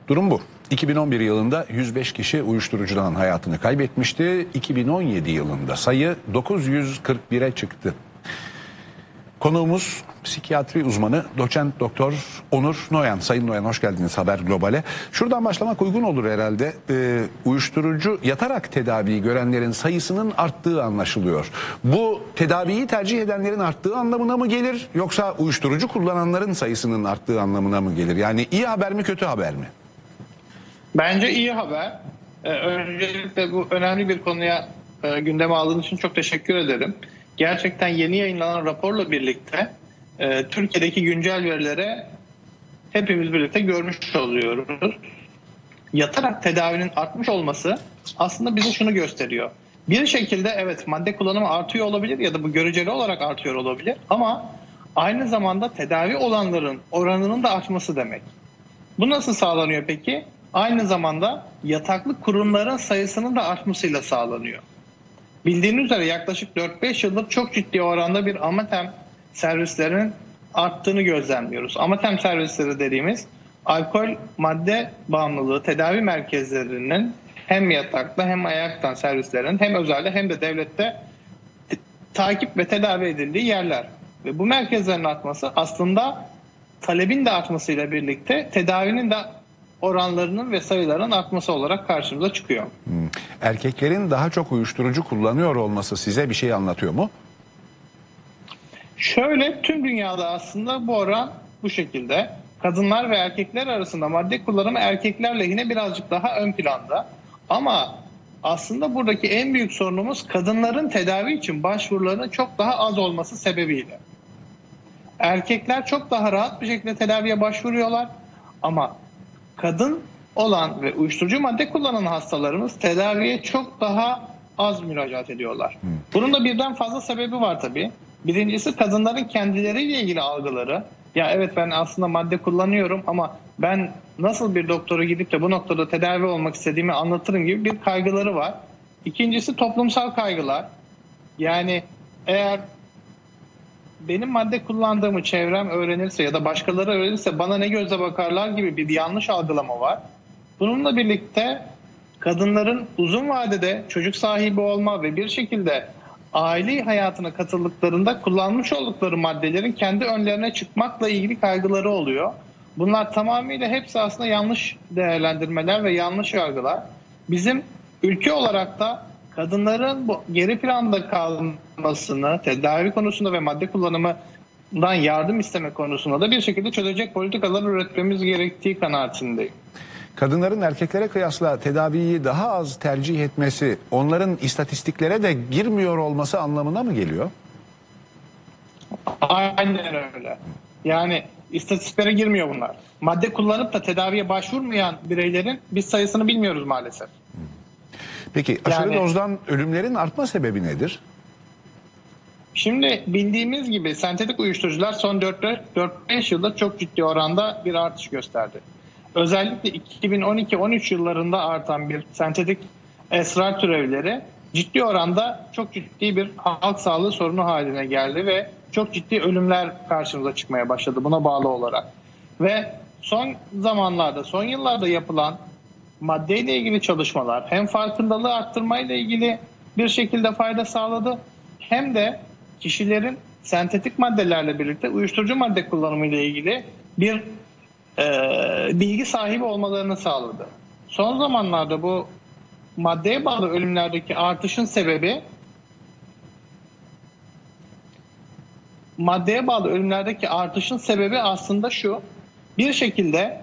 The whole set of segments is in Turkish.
Durum bu. 2011 yılında 105 kişi uyuşturucudan hayatını kaybetmişti. 2017 yılında sayı 941'e çıktı. Konuğumuz psikiyatri uzmanı doçent doktor Onur Noyan. Sayın Noyan, hoş geldiniz Haber Global'e. Şuradan başlamak uygun olur herhalde. Uyuşturucu yatarak tedaviyi görenlerin sayısının arttığı anlaşılıyor. Bu tedaviyi tercih edenlerin arttığı anlamına mı gelir, yoksa uyuşturucu kullananların sayısının arttığı anlamına mı gelir? Yani iyi haber mi, kötü haber mi? Bence iyi haber. Öncelikle bu önemli bir konuya gündeme aldığın için çok teşekkür ederim. Gerçekten yeni yayınlanan raporla birlikte Türkiye'deki güncel verilere hepimiz birlikte görmüş oluyoruz. Yatarak tedavinin artmış olması aslında bize şunu gösteriyor. Bir şekilde evet, madde kullanımı artıyor olabilir ya da bu göreceli olarak artıyor olabilir, ama aynı zamanda tedavi olanların oranının da artması demek. Bu nasıl sağlanıyor peki? Aynı zamanda yataklı kurumların sayısının da artmasıyla sağlanıyor. Bildiğiniz üzere yaklaşık 4-5 yıldır çok ciddi oranda bir AMATEM servislerinin arttığını gözlemliyoruz. AMATEM servisleri dediğimiz alkol madde bağımlılığı tedavi merkezlerinin hem yatakta hem ayaktan servislerinin hem özelde hem de devlette takip ve tedavi edildiği yerler. Ve bu merkezlerin artması aslında talebin de artmasıyla birlikte tedavinin de oranlarının ve sayılarının artması olarak karşımıza çıkıyor. Erkeklerin daha çok uyuşturucu kullanıyor olması size bir şey anlatıyor mu? Şöyle, tüm dünyada aslında bu oran bu şekilde. Kadınlar ve erkekler arasında madde kullanımı erkekler lehine birazcık daha ön planda. Ama aslında buradaki en büyük sorunumuz kadınların tedavi için başvurularının çok daha az olması sebebiyle. Erkekler çok daha rahat bir şekilde tedaviye başvuruyorlar, ama kadın olan ve uyuşturucu madde kullanan hastalarımız tedaviye çok daha az müracaat ediyorlar. Bunun da birden fazla sebebi var tabii. Birincisi, kadınların kendileriyle ilgili algıları. Ya evet, ben aslında madde kullanıyorum ama ben nasıl bir doktora gidip de bu noktada tedavi olmak istediğimi anlatırım gibi bir kaygıları var. İkincisi, toplumsal kaygılar. Yani eğer benim madde kullandığımı çevrem öğrenirse ya da başkaları öğrenirse bana ne gözle bakarlar gibi bir yanlış algılama var. Bununla birlikte kadınların uzun vadede çocuk sahibi olma ve bir şekilde aile hayatına katıldıklarında kullanmış oldukları maddelerin kendi önlerine çıkmakla ilgili kaygıları oluyor. Bunlar tamamıyla hepsi aslında yanlış değerlendirmeler ve yanlış yargılar. Bizim ülke olarak da kadınların bu geri planda kalmasını, tedavi konusunda ve madde kullanımından yardım isteme konusunda da bir şekilde çözecek politikalar üretmemiz gerektiği kanaatindeyim. Kadınların erkeklere kıyasla tedaviyi daha az tercih etmesi, onların istatistiklere de girmiyor olması anlamına mı geliyor? Aynen öyle. Yani istatistiklere girmiyor bunlar. Madde kullanıp da tedaviye başvurmayan bireylerin biz sayısını bilmiyoruz maalesef. Peki aşırı dozdan ölümlerin artma sebebi nedir? Şimdi bildiğimiz gibi sentetik uyuşturucular son 4-5 yılda çok ciddi oranda bir artış gösterdi. Özellikle 2012-13 yıllarında artan bir sentetik esrar türevleri ciddi oranda çok ciddi bir halk sağlığı sorunu haline geldi ve çok ciddi ölümler karşımıza çıkmaya başladı buna bağlı olarak. Ve son zamanlarda, son yıllarda yapılan maddeyle ilgili çalışmalar hem farkındalığı arttırmayla ilgili bir şekilde fayda sağladı, hem de kişilerin sentetik maddelerle birlikte uyuşturucu madde kullanımı ile ilgili bir bilgi sahibi olmalarını sağladı. Son zamanlarda bu maddeye bağlı ölümlerdeki artışın sebebi aslında şu: bir şekilde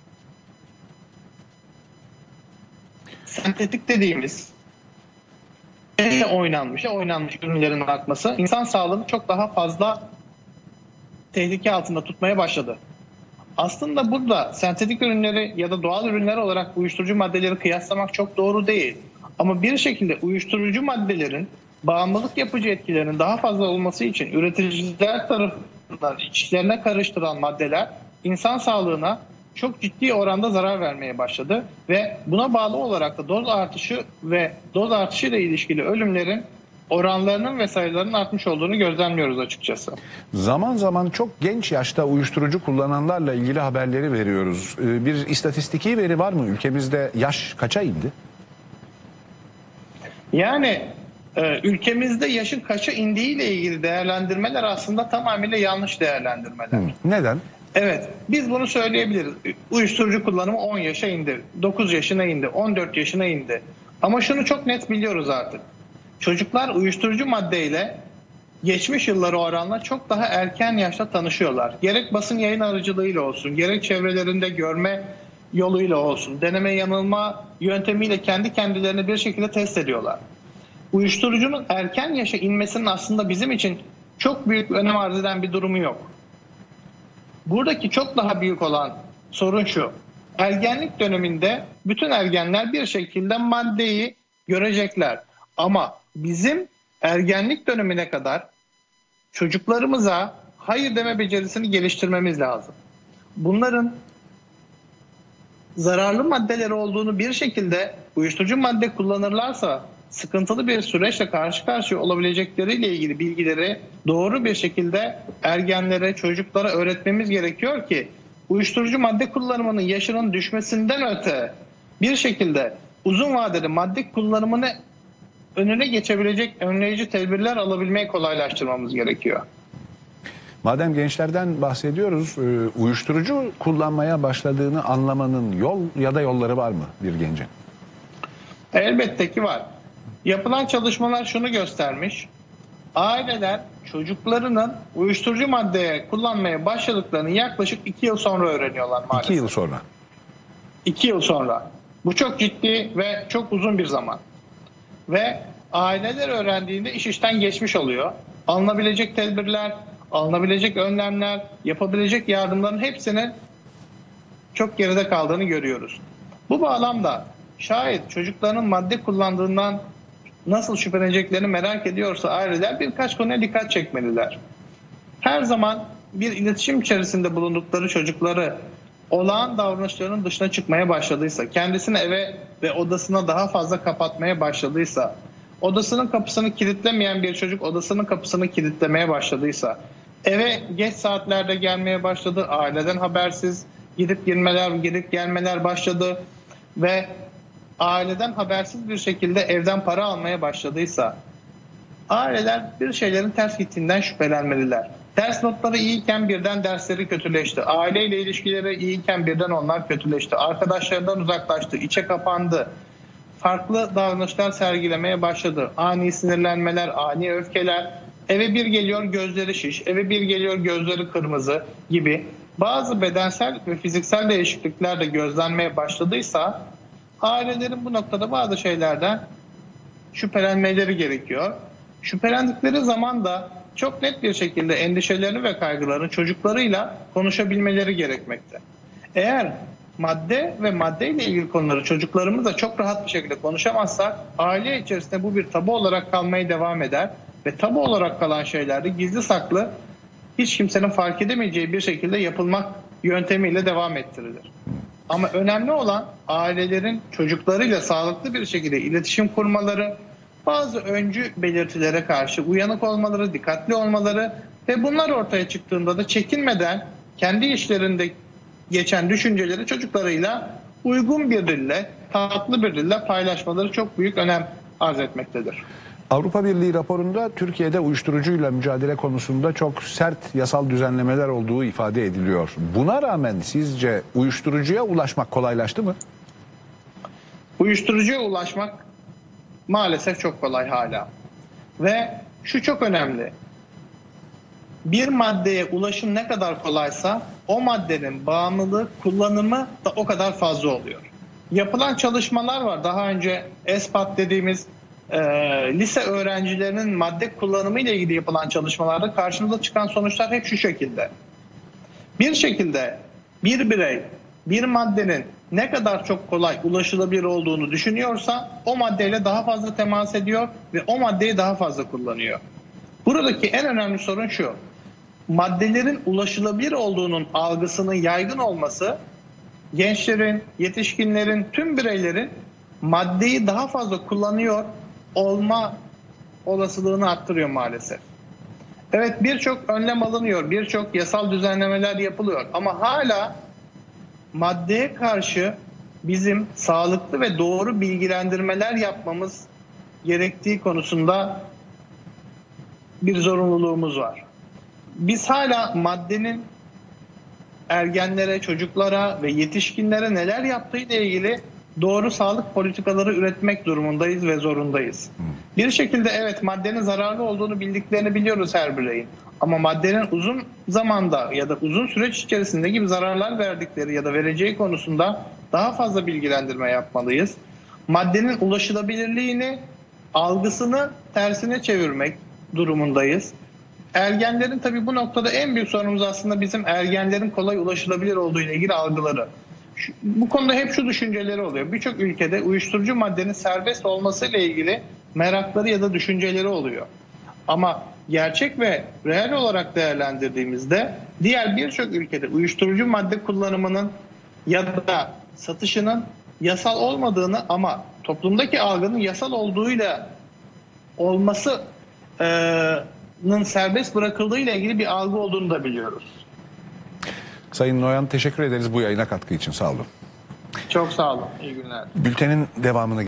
sentetik dediğimiz oynanmış ürünlerin artması insan sağlığını çok daha fazla tehlike altında tutmaya başladı. Aslında burada sentetik ürünleri ya da doğal ürünler olarak uyuşturucu maddeleri kıyaslamak çok doğru değil. Ama bir şekilde uyuşturucu maddelerin bağımlılık yapıcı etkilerinin daha fazla olması için üreticiler tarafından içlerine karıştıran maddeler insan sağlığına çok ciddi oranda zarar vermeye başladı ve buna bağlı olarak da doz artışı ve doz artışıyla ilişkili ölümlerin oranlarının ve sayılarının artmış olduğunu gözlemliyoruz açıkçası. Zaman zaman çok genç yaşta uyuşturucu kullananlarla ilgili haberleri veriyoruz. Bir istatistiki veri var mı? Ülkemizde yaş kaça indi? Yani ülkemizde yaşın kaça indiğiyle ilgili değerlendirmeler aslında tamamıyla yanlış değerlendirmeler. Neden? Evet, biz bunu söyleyebiliriz. Uyuşturucu kullanımı 10 yaşa indi, 9 yaşına indi, 14 yaşına indi. Ama şunu çok net biliyoruz artık. Çocuklar uyuşturucu maddeyle geçmiş yılları oranla çok daha erken yaşta tanışıyorlar. Gerek basın yayın aracılığıyla olsun, gerek çevrelerinde görme yoluyla olsun, deneme yanılma yöntemiyle kendi kendilerini bir şekilde test ediyorlar. Uyuşturucunun erken yaşa inmesinin aslında bizim için çok büyük önem arz eden bir durumu yok. Buradaki çok daha büyük olan sorun şu. Ergenlik döneminde bütün ergenler bir şekilde maddeyi görecekler. Ama bizim ergenlik dönemine kadar çocuklarımıza hayır deme becerisini geliştirmemiz lazım. Bunların zararlı maddeleri olduğunu bir şekilde uyuşturucu madde kullanırlarsa sıkıntılı bir süreçle karşı karşıya olabilecekleriyle ilgili bilgileri doğru bir şekilde ergenlere, çocuklara öğretmemiz gerekiyor ki uyuşturucu madde kullanımının yaşının düşmesinden öte bir şekilde uzun vadeli madde kullanımını önüne geçebilecek önleyici tedbirler alabilmeyi kolaylaştırmamız gerekiyor. Madem gençlerden bahsediyoruz, uyuşturucu kullanmaya başladığını anlamanın yol ya da yolları var mı bir gencin? Elbette ki var. Yapılan çalışmalar şunu göstermiş. Aileler çocuklarının uyuşturucu maddeye kullanmaya başladıklarını yaklaşık 2 yıl sonra öğreniyorlar maalesef. 2 yıl sonra. 2 yıl sonra. Bu çok ciddi ve çok uzun bir zaman. Ve aileler öğrendiğinde iş işten geçmiş oluyor. Alınabilecek tedbirler, alınabilecek önlemler, yapabilecek yardımların hepsinin çok geride kaldığını görüyoruz. Bu bağlamda şayet çocukların madde kullandığından nasıl şüpheleneceklerini merak ediyorsa aileler birkaç konuya dikkat çekmeliler. Her zaman bir iletişim içerisinde bulundukları çocukları olağan davranışlarının dışına çıkmaya başladıysa, kendisini eve ve odasına daha fazla kapatmaya başladıysa, odasının kapısını kilitlemeyen bir çocuk odasının kapısını kilitlemeye başladıysa, eve geç saatlerde gelmeye başladı, aileden habersiz gidip gelmeler başladı ve aileden habersiz bir şekilde evden para almaya başladıysa, aileler bir şeylerin ters gittiğinden şüphelenmeliler. Ders notları iyiyken birden dersleri kötüleşti. Aileyle ilişkileri iyiyken birden onlar kötüleşti. Arkadaşlarından uzaklaştı, içe kapandı. Farklı davranışlar sergilemeye başladı. Ani sinirlenmeler, ani öfkeler. Eve bir geliyor gözleri şiş, eve bir geliyor gözleri kırmızı gibi bazı bedensel ve fiziksel değişiklikler de gözlenmeye başladıysa ailelerin bu noktada bazı şeylerden şüphelenmeleri gerekiyor. Şüphelendikleri zaman da çok net bir şekilde endişelerini ve kaygılarını çocuklarıyla konuşabilmeleri gerekmekte. Eğer madde ve maddeyle ilgili konuları çocuklarımızla çok rahat bir şekilde konuşamazsak aile içerisinde bu bir tabu olarak kalmaya devam eder ve tabu olarak kalan şeyler de gizli saklı hiç kimsenin fark edemeyeceği bir şekilde yapılmak yöntemiyle devam ettirilir. Ama önemli olan ailelerin çocuklarıyla sağlıklı bir şekilde iletişim kurmaları, bazı öncü belirtilere karşı uyanık olmaları, dikkatli olmaları ve bunlar ortaya çıktığında da çekinmeden kendi işlerinde geçen düşünceleri çocuklarıyla uygun bir dille, tatlı bir dille paylaşmaları çok büyük önem arz etmektedir. Avrupa Birliği raporunda Türkiye'de uyuşturucuyla mücadele konusunda çok sert yasal düzenlemeler olduğu ifade ediliyor. Buna rağmen sizce uyuşturucuya ulaşmak kolaylaştı mı? Uyuşturucuya ulaşmak maalesef çok kolay hala. Ve şu çok önemli. Bir maddeye ulaşım ne kadar kolaysa o maddenin bağımlılığı, kullanımı da o kadar fazla oluyor. Yapılan çalışmalar var. Daha önce ESPAT dediğimiz lise öğrencilerinin madde kullanımı ile ilgili yapılan çalışmalarda karşımıza çıkan sonuçlar hep şu şekilde. Bir şekilde bir birey bir maddenin ne kadar çok kolay ulaşılabilir olduğunu düşünüyorsa o maddeyle daha fazla temas ediyor ve o maddeyi daha fazla kullanıyor. Buradaki en önemli sorun şu. Maddelerin ulaşılabilir olduğunun algısının yaygın olması gençlerin, yetişkinlerin, tüm bireylerin maddeyi daha fazla kullanıyor olma olasılığını arttırıyor maalesef. Evet, birçok önlem alınıyor, birçok yasal düzenlemeler yapılıyor ama hala maddeye karşı bizim sağlıklı ve doğru bilgilendirmeler yapmamız gerektiği konusunda bir zorunluluğumuz var. Biz hala maddenin ergenlere, çocuklara ve yetişkinlere neler yaptığı ile ilgili doğru sağlık politikaları üretmek durumundayız ve zorundayız. Bir şekilde evet, maddenin zararlı olduğunu bildiklerini biliyoruz her bireyin. Ama maddenin uzun zamanda ya da uzun süreç içerisinde gibi zararlar verdikleri ya da vereceği konusunda daha fazla bilgilendirme yapmalıyız. Maddenin ulaşılabilirliğini, algısını tersine çevirmek durumundayız. Ergenlerin tabii bu noktada en büyük sorunumuz aslında bizim ergenlerin kolay ulaşılabilir olduğu ile ilgili algıları. Bu konuda hep şu düşünceleri oluyor. Birçok ülkede uyuşturucu maddenin serbest olması ile ilgili merakları ya da düşünceleri oluyor. Ama gerçek ve reel olarak değerlendirdiğimizde diğer birçok ülkede uyuşturucu madde kullanımının ya da satışının yasal olmadığını ama toplumdaki algının yasal olduğuyla olmasının serbest bırakıldığı ile ilgili bir algı olduğunu da biliyoruz. Sayın Noyan, teşekkür ederiz bu yayına katkı için. Sağ olun. Çok sağ olun. İyi günler. Bültenin devamını